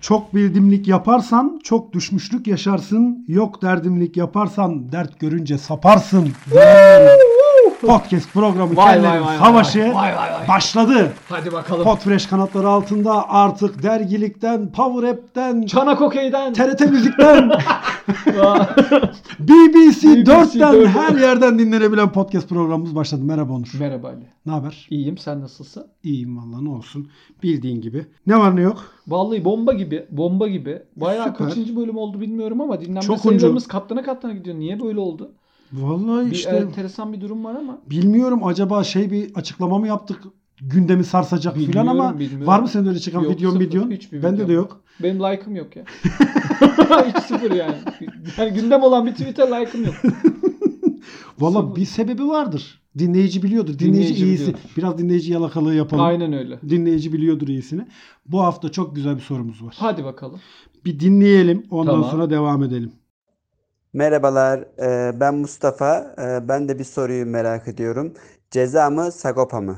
Çok bildimlik yaparsan çok düşmüşlük yaşarsın. Yok derdimlik yaparsan dert görünce saparsın. Podcast programı Kellerin Savaşı başladı. Hadi bakalım. Podfresh kanatları altında artık dergilikten, Power App'ten, Çanak Okey'den, TRT Müzik'ten, BBC 4'ten her yerden dinlenebilen podcast programımız başladı. Merhaba Onur. Merhaba Ali. Ne haber? İyiyim, sen nasılsın? İyiyim vallahi, ne olsun. Bildiğin gibi. Ne var ne yok? Vallahi bomba gibi. Bayağı Süper. Kaçıncı bölüm oldu bilmiyorum ama dinlenme Çok sayılarımız katlana gidiyor. Niye böyle oldu? Vallahi Bir işte enteresan bir durum var ama. bilmiyorum, acaba bir açıklama mı yaptık? Gündemi sarsacak filan ama Bilmiyorum. var mı senin öyle çıkan Yok, videon? hiçbir Bende videom de yok. Benim like'ım yok ya. Hiç sıfır yani. Yani gündem olan bir tweet'e like'ım yok. Vallahi Sıfır. bir sebebi vardır. Dinleyici biliyordur. Dinleyici iyisi. biliyordur. Biraz dinleyici yalakalığı yapalım. Aynen öyle. Dinleyici biliyordur iyisini. Bu hafta çok güzel bir sorumuz var. Hadi bakalım. Bir dinleyelim, ondan Tamam. sonra devam edelim. Merhabalar, ben Mustafa. Ben de bir soruyu merak ediyorum. Ceza mı, Sagopa mı?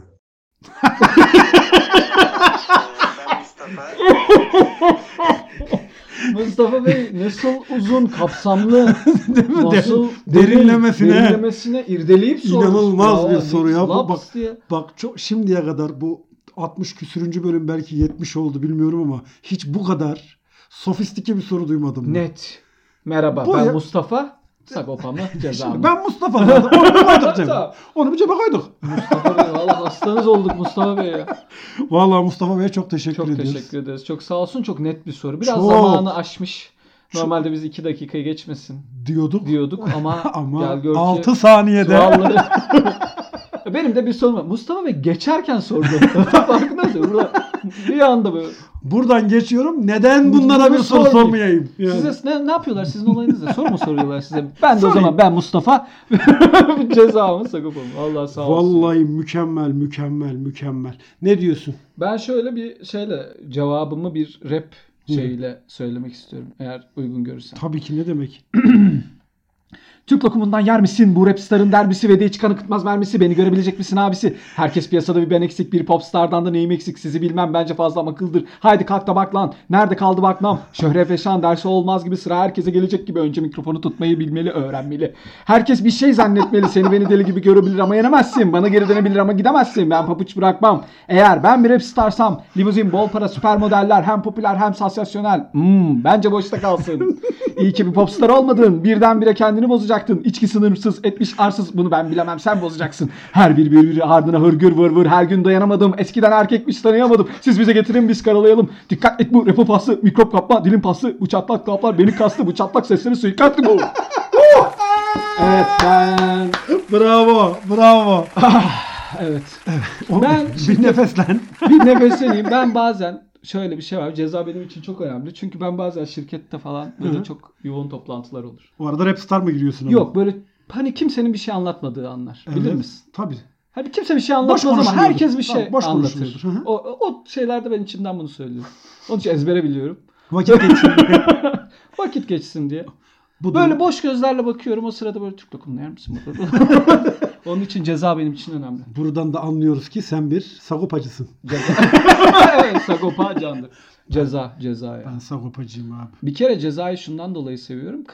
Mustafa Bey nasıl uzun, kapsamlı, Değil mi? nasıl Derinlemesine irdeleyip sormuş. İnanılmaz bir soru ya. Laps diye. Bak çok şimdiye kadar bu 60 küsürüncü bölüm, belki 70 oldu bilmiyorum ama hiç bu kadar sofistike bir soru duymadım. Net. Merhaba, Bu ben ya. Mustafa. Sagopa mı, ceza mı? Ben Mustafa zaten. Onu bir koyduk cebe. Tamam. Onu bir cebe koyduk. Mustafa Bey, valla hastanız olduk Mustafa Bey ya. Vallahi Mustafa Bey'e çok teşekkür Çok ediyoruz. teşekkür ederiz. Çok sağ olsun. Çok net bir soru. Biraz Çok. zamanı aşmış. Normalde biz 2 dakikayı geçmesin Diyorduk. ama, Ama gel gör ki 6 saniyede. vallahi. Benim de bir sorum var. Mustafa Bey geçerken sordu. Farkında mısın? Bir anda böyle. Buradan geçiyorum. Neden bunlara bir soru sormayayım? Yani. Size ne yapıyorlar? Sizin olayınız ne? Soru mu soruyorlar size? Ben de o zaman ben Mustafa. Ceza mı, Sagopa mı? Allah sağ olsun. Vallahi mükemmel. Ne diyorsun? Ben şöyle bir cevabımı bir rap şeyle söylemek istiyorum. Eğer uygun görürsen. Tabii ki, ne demek? Türk lokumundan yer misin? Bu rapstarın derbisi ve de hiç kan akıtmaz mermisi. Beni görebilecek misin abisi? Herkes piyasada bir ben eksik. Bir popstardan da neyim eksik? Sizi bilmem, bence fazla akıldır. Haydi kalk da bak lan. Nerede kaldı bakmam? Şöhret ve şan dersi olmaz gibi, sıra herkese gelecek gibi. Önce mikrofonu tutmayı bilmeli, öğrenmeli. Herkes bir şey zannetmeli. Seni beni deli gibi görebilir ama yenemezsin. Bana geri dönebilir ama gidemezsin. Ben papuç bırakmam. Eğer ben bir rapstarsam, limuzin, bol para, süper modeller, hem popüler hem sansasyonel. Bence boşta kalsın. İyi ki bir popstar olmadın. Birdenbire kendini bozacaksın. İçki sınırsız, etmiş arsız. Bunu ben bilemem, sen bozacaksın. Her birbiri ardına hırgür vır. Her gün dayanamadım. Eskiden erkekmiş, tanıyamadım. Siz bize getirin, biz karalayalım. Dikkat et, bu repo pası. Mikrop kapma, dilim pası. Bu çatlak kaplar beni kastı. Bu çatlak sesleri suikastli bu. Evet ben... Bravo. Evet. Ben bir nefeslen. Bir nefesleneyim. Ben bazen şöyle bir şey var. Ceza benim için çok önemli. Çünkü ben bazen şirkette falan böyle çok yoğun toplantılar olur. O arada Rapstar mı giriyorsun? Yok, böyle hani kimsenin bir şey anlatmadığı anlar. Bilir misin? Tabii. Hani kimse bir şey anlatmaz ama herkes bir şey boş anlatır. konuşuluyordur. O şeylerde ben içimden bunu söylüyorum. Onun için ezbere biliyorum. Vakit geçsin. Vakit geçsin diye. Bu Böyle da... boş gözlerle bakıyorum. O sırada böyle Türk lokumu yer misin? Onun için ceza benim için önemli. Buradan da anlıyoruz ki sen bir Sagopacısın. Evet, Sagopa candır. Ceza yani. Ben Sagopacıyım abi. Bir kere cezayı şundan dolayı seviyorum.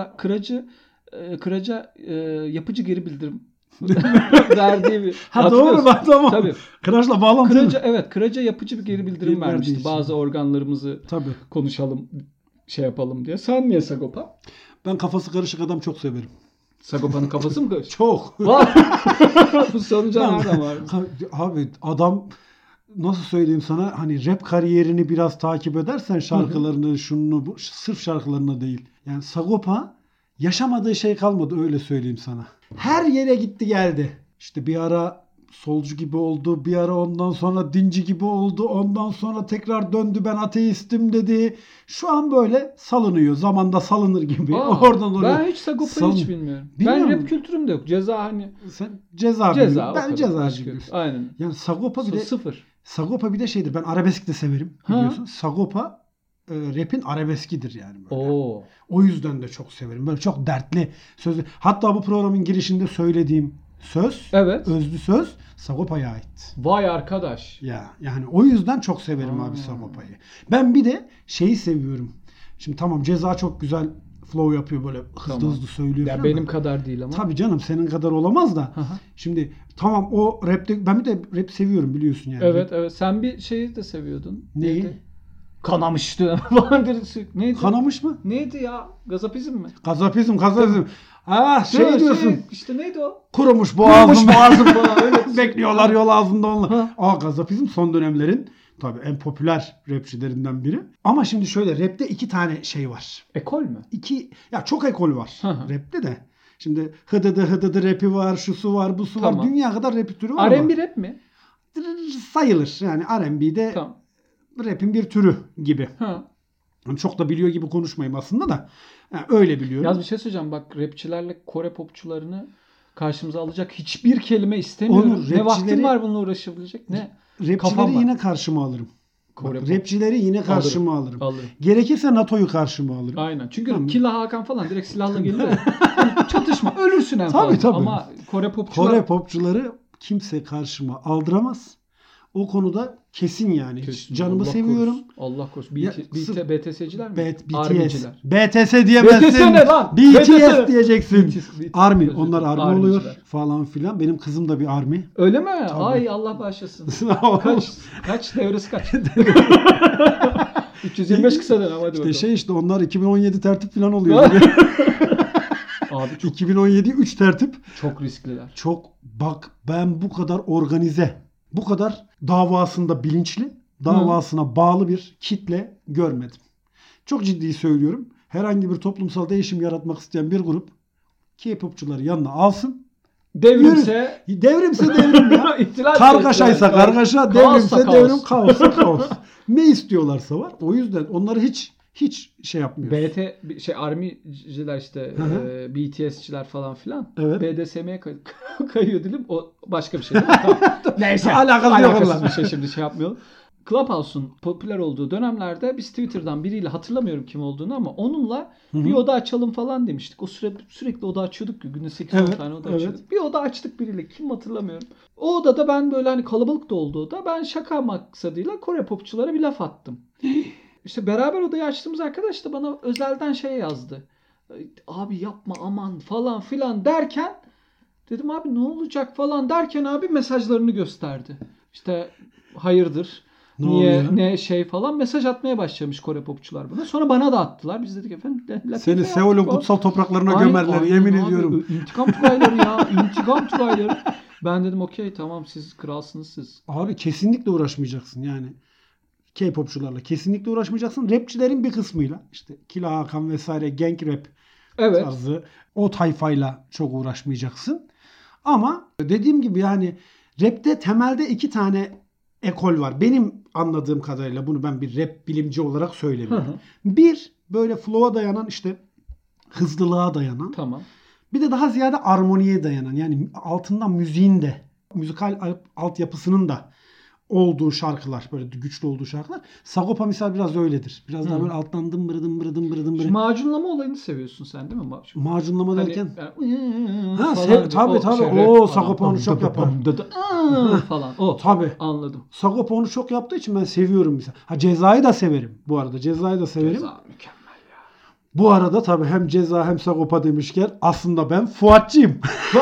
Kıraca yapıcı geri bildirim verdiği bir... Ha doğru, bak tamam. Tabii. Kıraçla bağlantılı. Kıraca yapıcı bir geri bildirim vermişti. Bazı organlarımızı konuşalım, şey yapalım diye. Sen niye Sagopa? Ben kafası karışık adam çok severim. Sagopa'nın kafası mı karışık? Çok. Bu sonuca nereden var? Abi adam, nasıl söyleyeyim sana, hani rap kariyerini biraz takip edersen şarkılarını, şunu bu, sırf şarkılarına değil. Yani Sagopa yaşamadığı şey kalmadı, öyle söyleyeyim sana. Her yere gitti geldi. İşte bir ara solcu gibi oldu, bir ara ondan sonra dinci gibi oldu, ondan sonra tekrar döndü, ben ateistim dedi. Şu an böyle salınıyor, zamanda salınır gibi. Oradan oraya. Ben hiç Sagopa'yı hiç bilmiyorum. Ben rap kültürüm de yok. Ceza hani. Sen ceza ben cezacı biliyorsun. Aynen. Yani Sagopa bir de sıfır. Sagopa bir de şeydir. Ben arabesk de severim biliyorsun. Sagopa rap'in arabeskidir yani böyle. O yüzden de çok severim. Böyle çok dertli sözler. Hatta bu programın girişinde söylediğim söz, Evet. özlü söz Sagopa'ya ait. Vay arkadaş. Ya yani o yüzden çok severim abi Sagopa'yı. Ben bir de şeyi seviyorum. Şimdi tamam Ceza çok güzel flow yapıyor böyle hızlı Tamam. hızlı söylüyor Ya falan benim da. kadar değil ama. Tabii canım senin kadar olamaz da. Hı hı. Şimdi tamam o rapte ben bir de rap seviyorum biliyorsun yani. Evet evet. Sen bir şeyi de seviyordun. Neyi? Neydi? Kanamıştı falan dedi. Neydi? Kanamış mı? Neydi ya? Gazapizm mi? Gazapizm. Ah Değil mi? diyorsun. İşte neydi o? Kurumuş Kurumuş boğazım. boğazım falan. Evet. Bekliyorlar yol ağzında onlar. Ha. Gazapizm son dönemlerin tabii en popüler rapçilerinden biri. Ama şimdi şöyle rapte iki tane şey var. Ekol mü? Ya çok ekol var Hı hı. rapte de. Şimdi hıdıdı rapi var, şusu var, busu var. Tamam. Dünya kadar rap türü var ama R&B rap mi? sayılır. Yani R&B'de Tamam. rap'in bir türü gibi. Ha. Yani çok da biliyor gibi konuşmayayım aslında da. Yani öyle biliyorum. Yalnız bir şey söyleyeceğim. Bak rapçilerle Kore popçularını karşımıza alacak hiçbir kelime istemiyorum. Oğlum, Ne vaktim rapçileri- var bununla uğraşabilecek? Ne? Rapçileri kafam var. yine karşıma alırım. Kore Bak, pop. rapçileri yine karşıma alırım. Alırım. Gerekirse NATO'yu karşıma alırım. Aynen. Çünkü Tamam. Killa Hakan falan direkt silahla geliyor. Yani çatışma. Ölürsün en Tabii, fazla. tabii. Ama Kore popçular... Kore popçuları kimse karşıma aldıramaz. O konuda kesin yani. Hiç Kesin. canımı Allah seviyorum. korusun. Allah korusun. Ya, BTS'ciler mi? BTS. Army'ciler. BTS diyemezsin. BTS ne lan? BTS diyeceksin. BTS. Army. Özür Onlar dilerim. Army oluyor Army'ciler. falan filan. Benim kızım da bir Army. Öyle mi? Tabii. Ay Allah bağışlasın. Kaç devresi kaç? 325 kısa dönem hadi bakalım. işte onlar 2017 tertip falan oluyor. Abi çok 2017 3 tertip. çok riskliler. Çok bak ben bu kadar organize, bu kadar davasında bilinçli, davasına bağlı bir kitle görmedim. Çok ciddi söylüyorum. Herhangi bir toplumsal değişim yaratmak isteyen bir grup K-popçuları yanına alsın. Devrimse Devrimse devrim ya. ihtilal Kargaşaysa kargaşa, devrimse Kaossa devrim, kaos. kaossa kaos. Ne istiyorlarsa var. O yüzden onları hiç şey yapmıyoruz. Army'ciler işte Hı hı. BTS'ciler falan filan. Evet. BDSM'ye kayıyor dilim. O başka bir şey değil mi? Tamam. Neyse. Alakası yok Alakasız onunla. bir şey şimdi şey yapmayalım. Clubhouse'un popüler olduğu dönemlerde biz Twitter'dan biriyle hatırlamıyorum kim olduğunu ama onunla bir oda açalım falan demiştik. O sürekli oda açıyorduk ki günde 8-10 Evet, tane oda evet. açıyorduk. Bir oda açtık biriyle kim hatırlamıyorum. O odada ben böyle hani kalabalık da olduğu oda ben şaka maksadıyla Kore popçulara bir laf attım. İşte beraber odayı açtığımız arkadaş da bana özelden şey yazdı. Abi yapma aman falan filan derken dedim abi ne olacak falan derken abi mesajlarını gösterdi. İşte hayırdır. Ne Niye oluyor? ne şey falan mesaj atmaya başlamış Kore popçular buna. Sonra bana da attılar. Biz dedik efendim. Seni Seul'ün kutsal topraklarına Aynen, gömerler aynen yemin abi. ediyorum. İntikam tugayları ya. İntikam tugayları. Ben dedim okey tamam siz kralsınız siz. Abi kesinlikle uğraşmayacaksın yani. K-popçularla kesinlikle uğraşmayacaksın. Rapçilerin bir kısmıyla işte Killa Hakan vesaire gang rap Evet. tarzı o tayfayla çok uğraşmayacaksın. Ama dediğim gibi yani rapte temelde iki tane ekol var. Benim anladığım kadarıyla bunu ben bir rap bilimci olarak söylemiyorum. Hı hı. Bir böyle flow'a dayanan işte hızlılığa dayanan. Tamam. Bir de daha ziyade armoniye dayanan yani altından müziğin de müzikal altyapısının da olduğu şarkılar böyle güçlü olduğu şarkılar. Sagopa misal biraz öyledir. Biraz daha böyle alttan dımbırı dımbırı dımbırı Şu dımbırı. macunlama olayını seviyorsun sen değil mi? Macunlama Hani derken. Ha, tabii. O Sagopa onu çok yapar. Falan. O. Tabii. Anladım. Sagopa onu çok yaptığı için ben seviyorum mesela. Ceza'yı da severim bu arada. Ceza'yı da severim. Ceza mükemmel ya. Bu arada tabii hem Ceza hem Sagopa demişken aslında ben Fuatçıyım.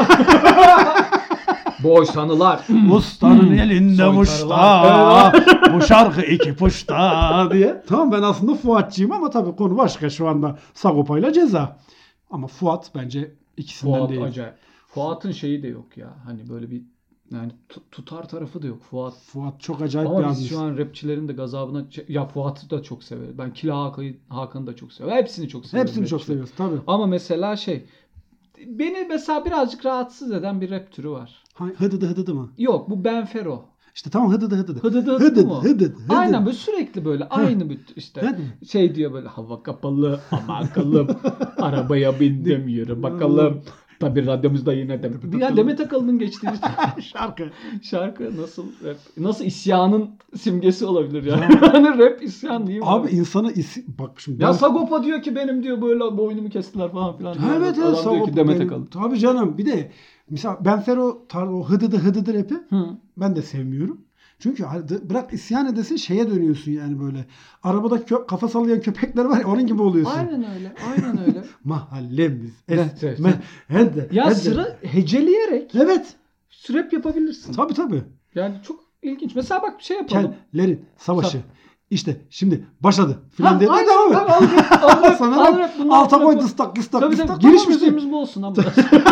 Boş anılar. Ustanın elinde Soytarılar. muşta. Bu şarkı iki puşta diye. Tamam ben aslında Fuatçıyım ama tabii konu başka şu anda Sagopa ile Ceza. Ama Fuat bence ikisinden Fuat değil. acayip. Fuat'ın şeyi de yok ya. Hani böyle bir yani tutar tarafı da yok Fuat. Fuat çok acayip bir Ama biz abimiz. şu an rapçilerin de gazabına ya Fuat'ı da çok severim. Ben Killa Hakan'ı da çok severim. Hepsini çok seviyorum. Hepsini çok rapçileri. seviyoruz tabii. Ama mesela beni mesela birazcık rahatsız eden bir rap türü var. Hıdıdı mı? Yok bu Benfero. İşte tamam hıdıdı. Hıdıdı. Aynen böyle sürekli böyle aynı bir işte Hadi. şey diyor böyle hava kapalı ama akıllım arabaya bindim yürü bakalım Tabii radyomuzda yine Demet. Demet Ya Akalın. Demet Akalın'ın geçtiği Şarkı. şarkı nasıl rap? Nasıl isyanın simgesi olabilir ya? Hani rap isyan değil mi? Abi insana bak şimdi. Ya ben- Sagopa diyor ki benim diyor böyle boynumu kestiler falan filan. Evet evet. Adam diyor Sagopa ki Demet benim- Akalın. Tabii canım. Bir de mesela Ben Fero o hıdıdı rapi Hı. ben de sevmiyorum. Çünkü bırak isyan edesin şeye dönüyorsun yani böyle. Arabada kafa sallayan köpekler var ya onun gibi oluyorsun. Aynen öyle. Aynen öyle. Mahallemiz. Evet, evet. Hede. Ya sıra heceleyerek Evet. rap yapabilirsin. Tabii. Yani çok ilginç. Mesela bak bir şey yapalım. Kellerin savaşı. Sa- İşte şimdi başladı filan diye aynen, devam et. bak, al rap, Sana al bak, rap, bunlar alta rap koy olur. dıstak Tabii tabii. tamam Giriş işte. müziğimiz bu olsun ama.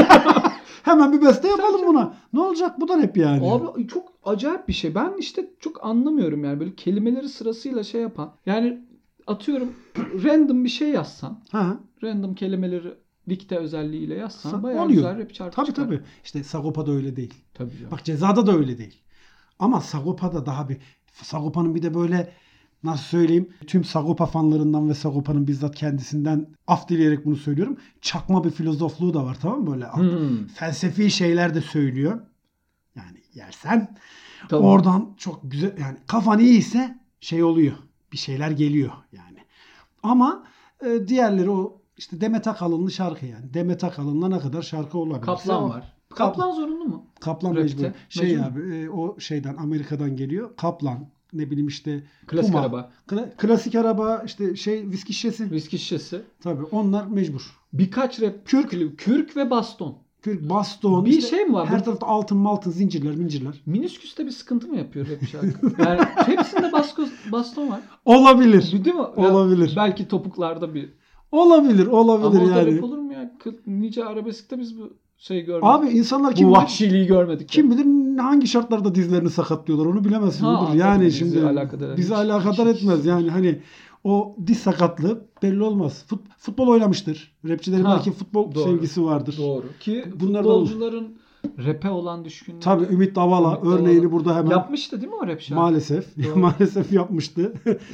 Hemen bir beste yapalım buna. Ne olacak bu da rap yani. Abi çok acayip bir şey. Ben işte çok anlamıyorum yani böyle kelimeleri sırasıyla şey yapan. Yani atıyorum random bir şey yazsan, Ha. random kelimeleri dikte özelliğiyle yazsan bayağı Oluyor. güzel rap şarkı Tabii çıkar. tabii. İşte Sagopa'da öyle değil. Tabii canım. Bak Ceza'da da öyle değil. Ama Sagopa'da daha bir Sagopa'nın bir de böyle nasıl söyleyeyim tüm Sagopa fanlarından ve Sagopa'nın bizzat kendisinden af dileyerek bunu söylüyorum. Çakma bir filozofluğu da var tamam mı böyle? Felsefi şeyler de söylüyor. Yani yersen Tamam. oradan çok güzel yani kafan iyiyse şey oluyor. Bir şeyler geliyor yani. Ama diğerleri o işte Demet Akalınlı şarkı yani. Demet Akalın'la ne kadar şarkı olabilir? Kaplan var. Kaplan zorunlu mu? Kaplan Rapte. mecbur. Şey Mecbur. abi o şeyden Amerika'dan geliyor. Kaplan ne bileyim işte Klasik Puma. araba. Klasik araba işte şey viski şişesi. Viski şişesi. Tabii onlar mecbur. Birkaç rap. Kürk ve baston. Kürk, baston. Bir işte şey mi var? her tarafta altın, zincirler, mincirler. Minisküste bir sıkıntı mı yapıyor rap şarkı? Yani hepsinde baston var. Olabilir. Değil mi? Olabilir. Belki topuklarda bir. Olabilir Ama o da yani. rap olur mu ya? Nice arabeskte biz bu şeyi görmedik. Abi insanlar bu kim bilir, vahşiliği görmedik. kim bilir hangi şartlarda dizlerini sakatlıyorlar onu bilemezsin. Ha, Budur. Yani anladım. Bizi şimdi alakadar bizi hiç- alakadar hiç- etmez. Yani hani o diz sakatlığı belli olmaz. Futbol oynamıştır. Rapçilerin Ha, belki futbol doğru. sevgisi vardır. Doğru. Ki Bunlar da olur. futbolcuların rap'e olan düşkünlüğü. Tabii Ümit Davala Ümit örneğini Davala. burada hemen Yapmıştı değil mi o rap şarkı? maalesef Doğru. maalesef yapmıştı.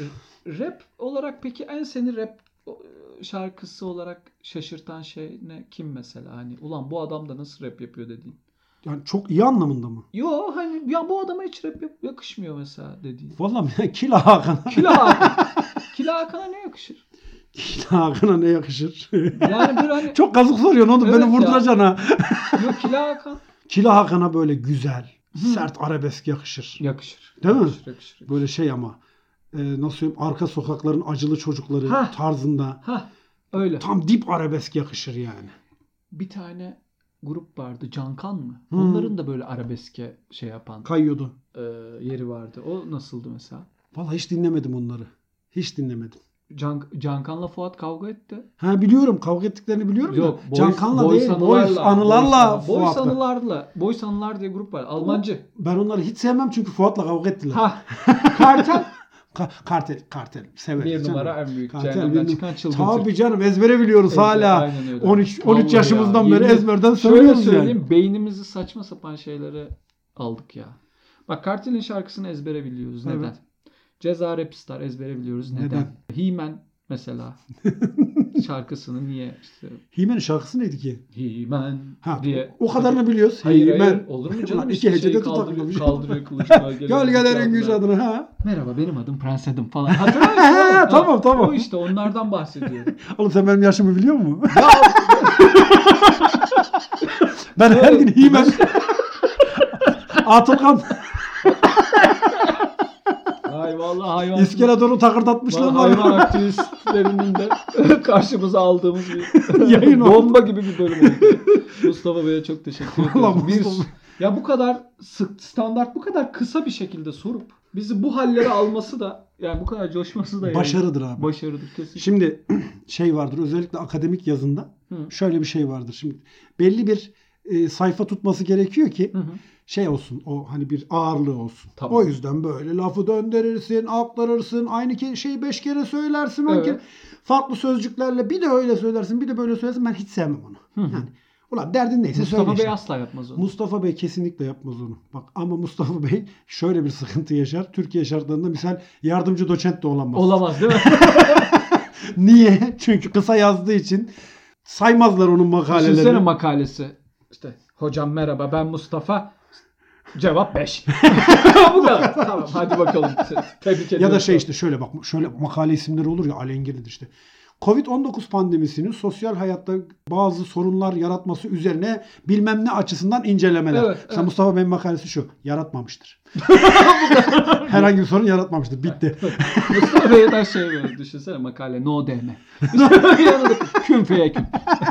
Rap olarak peki en seni rap şarkısı olarak şaşırtan şey ne? Kim mesela? Hani ulan bu adam da nasıl rap yapıyor dediğin. Yani çok iyi anlamında mı? Yo hani ya bu adama hiç rap yakışmıyor mesela dediğin. Vallahi Killa Hakan'a Killa Hakan. Killa Hakan'a ne yakışır? Killa Hakan'a ne yakışır? Yani böyle hani Çok kazık soruyorsun oğlum Evet beni ya. vurduracaksın ha. yok Killa Hakan Killa Hakan'a böyle güzel, sert arabesk yakışır. yakışır. Değil mi? Yakışır. Böyle şey ama nasıl söyleyeyim arka sokakların acılı çocukları Hah. tarzında Hah öyle. tam dip arabesk yakışır yani. Bir tane grup vardı. Cankan mı? Hmm. Onların da böyle arabeske şey yapan Kayıyordu. yeri vardı. O nasıldı mesela? Vallahi hiç dinlemedim onları. Hiç dinlemedim. Cankan'la Fuat kavga etti. Ha biliyorum kavga ettiklerini biliyorum Yok, da. Cankan'la Boys değil. Anılar'la. Boys Anılar'la Boys Fuat'la. Anılar'la. Boys Anılar diye grup var. Almancı. Ben onları hiç sevmem çünkü Fuat'la kavga ettiler. Ha. Kartel. Kartel severim. Bir canım. numara en büyük. Kartel Cehennemden bir çıkan çılgın Tabii Türk. canım ezbere biliyoruz hala. Aynen öyle. 13 Vallahi yaşımızdan ya, beri yemin- ezberden Şöyle söylüyoruz söyleyeyim. yani. Beynimizi saçma sapan şeylere aldık ya. Bak Kartel'in şarkısını ezbere biliyoruz. Neden? Evet. Ceza Rapstar ezbere biliyoruz. Neden? He-Man mesela şarkısını niye işte He-Man'in şarkısı neydi ki? He-Man Ha, diye. o kadarını biliyoruz. Hayır He-Man. hayır. Olur mu canım? Lan İşte iki hecede şeyi tutaklı. kaldırıyor kılıçlar. Gölgelerin güç adına ha. Merhaba benim adım Prens Adam falan. Hatırlıyor musun? Ha, tamam, tamam. O işte onlardan bahsediyorum. Oğlum sen benim yaşımı biliyor musun? Ben her gün He-Man. Atılgan. Ay vallahi hayvan. İskeletor'u takırdatmışlar Vallahi var. hayvan aktivistlerinin de karşımıza aldığımız bir Yayın oldu. bomba gibi bir bölüm oldu. Mustafa Bey'e çok teşekkür Vallahi ediyoruz. Mustafa- Ya bu kadar standart bu kadar kısa bir şekilde sorup bizi bu hallere alması da yani bu kadar coşması da yani Başarıdır abi. başarıdır kesin. Şimdi şey vardır özellikle akademik yazında Hı. şöyle bir şey vardır. Şimdi belli bir sayfa tutması gerekiyor ki Hı hı. şey olsun o hani bir ağırlığı olsun. Tamam. O yüzden böyle lafı döndürürsün, aktarırsın, aynı şeyi 5 kere söylersin, 10 Evet. kere farklı sözcüklerle bir de öyle söylersin, bir de böyle söylersin. Ben hiç sevmem onu. Hı hı. Yani ulan derdin neyse Mustafa söyle Bey işte. asla yapmaz onu. Mustafa Bey kesinlikle yapmaz onu. Bak ama Mustafa Bey şöyle bir sıkıntı yaşar. Türkiye şartlarında misal yardımcı doçent de olamaz. Olamaz değil mi? Niye? Çünkü kısa yazdığı için saymazlar onun makalelerini. Düşünsene makalesi. İşte hocam merhaba ben Mustafa. Cevap 5. Bu kadar. Tamam hadi bakalım. Tebrik ediyorum. Ya da şey işte şöyle bak, şöyle makale isimleri olur ya, alengirlidir işte. Covid-19 pandemisinin sosyal hayatta bazı sorunlar yaratması üzerine bilmem ne açısından incelemeler. Evet, Mesela evet. Mustafa Bey'in makalesi şu: yaratmamıştır. Herhangi bir sorun yaratmamıştır. Bitti. Mustafa Bey'den şey böyle düşünsene makale no DM. Yanında küm feyeküm.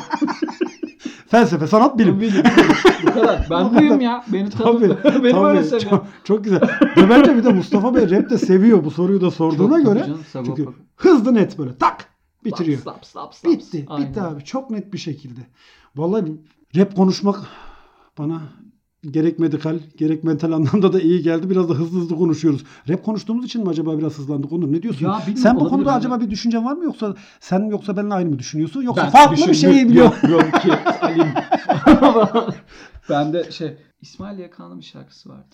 Felsefe, sanat, bilim. Bu kadar. Ben buyum ya. Beni tanıdı. Beni böyle seviyor. Çok güzel. Ve bence bir de Mustafa Bey rap de seviyor, bu soruyu da sorduğuna Çok göre. canım, Çünkü hızlı net böyle tak bitiriyor. Stop. Bitti. Aynen. Bitti abi. Çok net bir şekilde. Vallahi rap konuşmak bana gerek medikal gerek mental anlamda da iyi geldi. Biraz da hızlı konuşuyoruz. Rap konuştuğumuz için mi acaba biraz hızlandık Onur? Ne diyorsun? Ya bilmiyorum, Sen bu olabilir konuda bence. acaba bir düşüncen var mı, yoksa benimle aynı mı düşünüyorsun? Yoksa Ben farklı bir şeyi biliyor. Yok ki Alim. Ben de İsmail Yakan'ın bir şarkısı vardı.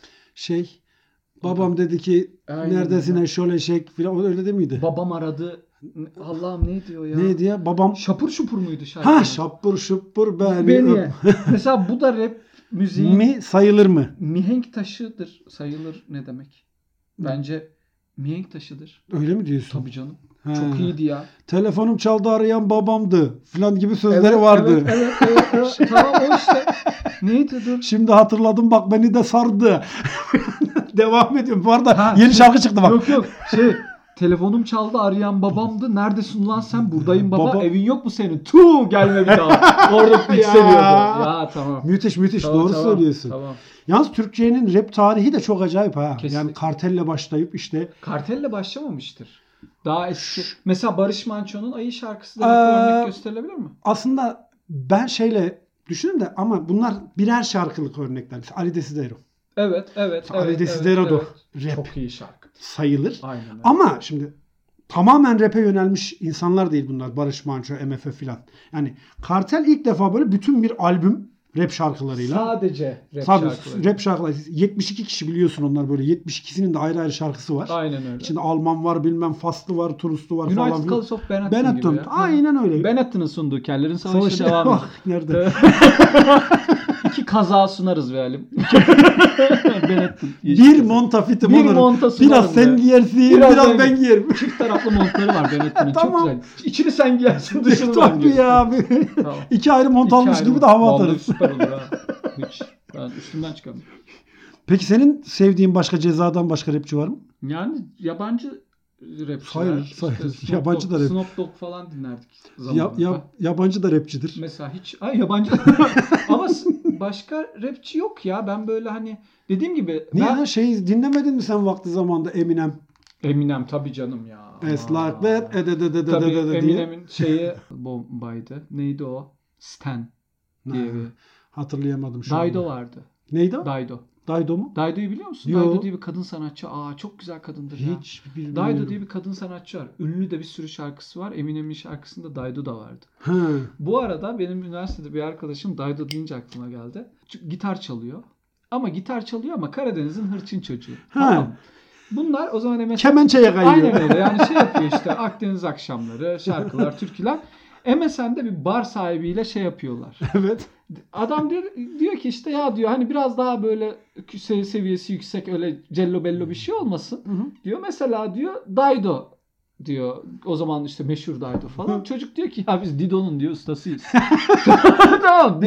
Babam dedi ki Aynen. neredesin şöyle şek filan, öyle değil miydi? Babam aradı. Allah'ım ne diyor ya? Neydi ya? Babam Şapur şupur muydu şarkı? ha şapur şupur Beni. Mesela bu da rap müziğin mi sayılır mı? mihenk taşıdır. Sayılır ne demek? Bence mihenk taşıdır. Öyle mi diyorsun? Tabii canım. Ha. Çok iyiydi ya. Telefonum çaldı, arayan babamdı filan gibi sözleri vardı. Evet. Tamam o işte. Neydi dur? Şimdi hatırladım bak, beni de sardı. Devam ediyorum. Bu arada yeni şarkı çıktı bak. Yok. Telefonum çaldı, arayan babamdı. Neredesin lan sen? Buradayım baba. Evin yok mu senin? Gelme bir daha. Orada yükseliyordu. Ya tamam. Müthiş. Tamam, Doğru söylüyorsun. Tamam. Yalnız Türkiye'nin rap tarihi de çok acayip ha. Kesinlikle. Yani Kartel'le başlayıp işte. Kartelle başlamamıştır. Daha eski. Mesela Barış Manço'nun Ayı şarkısı da bir örnek gösterilebilir mi? Aslında ben düşünün de, ama bunlar birer şarkılık örnekler. Mesela Ali Desidero. Evet. Ali Desidero da rap Çok iyi şarkı. sayılır. Aynen öyle. Ama şimdi tamamen rap'e yönelmiş insanlar değil bunlar. Barış Manço, MF filan. Yani Kartel ilk defa böyle bütün bir albüm rap şarkılarıyla. Sadece rap Tabii, şarkıları. rap şarkılar. 72 kişi biliyorsun onlar böyle. 72'sinin de ayrı ayrı şarkısı var. Aynen öyle. İçinde Alman var, bilmem Faslı var, Turuslu var falan. United Colors of Benetton Benetton. gibi ya. Aynen öyle. Benetton'ın sunduğu Kellerin Savaşı devam Bak, ediyor. nerede? 2 kaza sunarız be halim. Benetton. Bir montafiti Bir Onur. monta sunarım Biraz sen be. giyersin, Biraz biraz ben giyerim. Çift taraflı montları var Benetton'un. Tamam. Çok güzel. İçini sen giyersin, dışını ben Tabii giyerim. ya abi. Tamam. 2 ayrı mont İki almış ayrı gibi de hava Vallahi atarız. süper olur ha. Hiç. Ben üstümden çıkamıyorum. Peki senin sevdiğin başka, Ceza'dan başka rapçi var mı? Yani yabancı rapçiler. Sayılır. Snoop Yabancı da rap. Snoop Dogg falan dinlerdik zamanında. Yabancı da rapçidir. Mesela hiç. Yabancı. Ama başka rapçi yok ya. Ben böyle hani dediğim gibi. Niye ya? Dinlemedin mi sen vakti zamanda Eminem tabii canım ya. It's like that. Tabii diye. Eminem'in bombaydı. Neydi o? Stan diye bir. Hatırlayamadım şu Daido anda. vardı. Neydi o? Daido. Daido mu? Daido'yu biliyor musun? Yo. Daido diye bir kadın sanatçı. Çok güzel kadındır ya. Hiç bilmiyorum. Daido diye bir kadın sanatçı var. Ünlü de bir sürü şarkısı var. Eminem'in şarkısında Daido da vardı. Ha. Bu arada benim üniversitede bir arkadaşım Daido deyince aklıma geldi. Çünkü gitar çalıyor. Ama Karadeniz'in hırçın çocuğu. Tamam. Bunlar o zaman mesela Kemençeye kayıyor. aynen öyle. Yani yapıyor işte Akdeniz akşamları, şarkılar, türküler. MSN'de bir bar sahibiyle yapıyorlar. Evet. Adam diyor ki işte ya diyor hani biraz daha böyle seviyesi yüksek, öyle cello bello bir şey olmasın. Diyor mesela diyor Daido diyor. O zaman işte meşhur Daido falan. Çocuk diyor ki ya biz Dido'nun diyor ustasıyız. Tamam.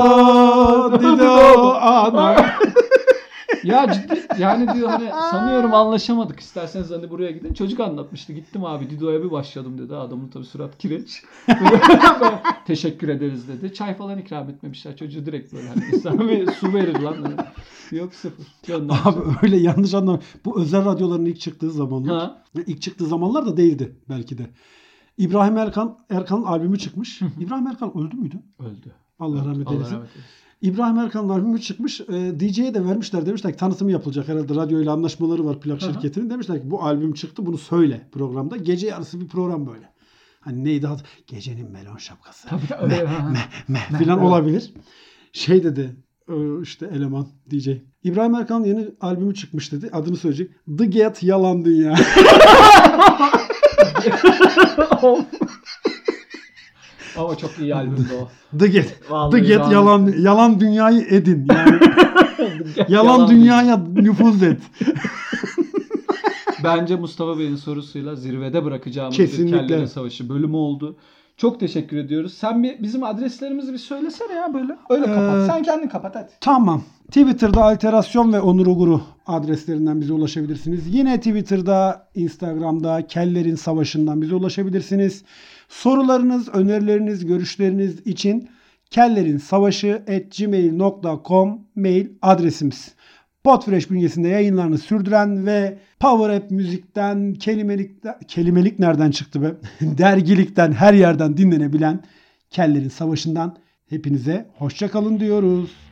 Dido. Ana. Ya ciddi yani diyor hani sanıyorum anlaşamadık, isterseniz hani buraya gidin. Çocuk anlatmıştı. Gittim abi Dido'ya bir başladım dedi. Adamın tabii surat kireç. Teşekkür ederiz dedi. Çay falan ikram etmemişler. Çocuğu direkt böyle hani insan bir su verir lan. Yok sıfır. Abi öyle yanlış anlama. Bu özel radyoların ilk çıktığı zamanlar. İlk çıktığı zamanlar da değildi belki de. İbrahim Erkan'ın albümü çıkmış. İbrahim Erkan öldü müydü? Öldü. Allah rahmet eylesin. Allah rahmet eylesin. İbrahim Erkan'ın albümü çıkmış. DJ'ye de vermişler. Demişler ki tanıtımı yapılacak. Herhalde radyoyla anlaşmaları var, plak şirketinin. Demişler ki bu albüm çıktı, bunu söyle programda. Gece yarısı bir program böyle. Hani neydi? Gecenin melon şapkası. Tabii. Filan olabilir. Dedi işte eleman DJ. İbrahim Erkan'ın yeni albümü çıkmış dedi. Adını söyleyecek. The Get Yalan Dünya. Ama çok iyi albümdü o. The Get. Vallahi The Get rahmetli. yalan dünyayı edin. Yani yalan dünyaya nüfuz et. Bence Mustafa Bey'in sorusuyla zirvede bırakacağımız Kesinlikle. bir Kellerin Savaşı bölümü oldu. Çok teşekkür ediyoruz. Sen bizim adreslerimizi bir söylesene ya böyle. Öyle kapat. Sen kendin kapat hadi. Tamam. Twitter'da Alterasyon ve Onur Uguru adreslerinden bize ulaşabilirsiniz. Yine Twitter'da, Instagram'da Kellerin Savaşı'ndan bize ulaşabilirsiniz. Sorularınız, önerileriniz, görüşleriniz için kellerinsavaşı@gmail.com mail adresimiz. Podfresh bünyesinde yayınlarını sürdüren ve Power App müzikten, kelimelik nereden çıktı be? Dergilikten, her yerden dinlenebilen Kellerin Savaşı'ndan hepinize hoşça kalın diyoruz.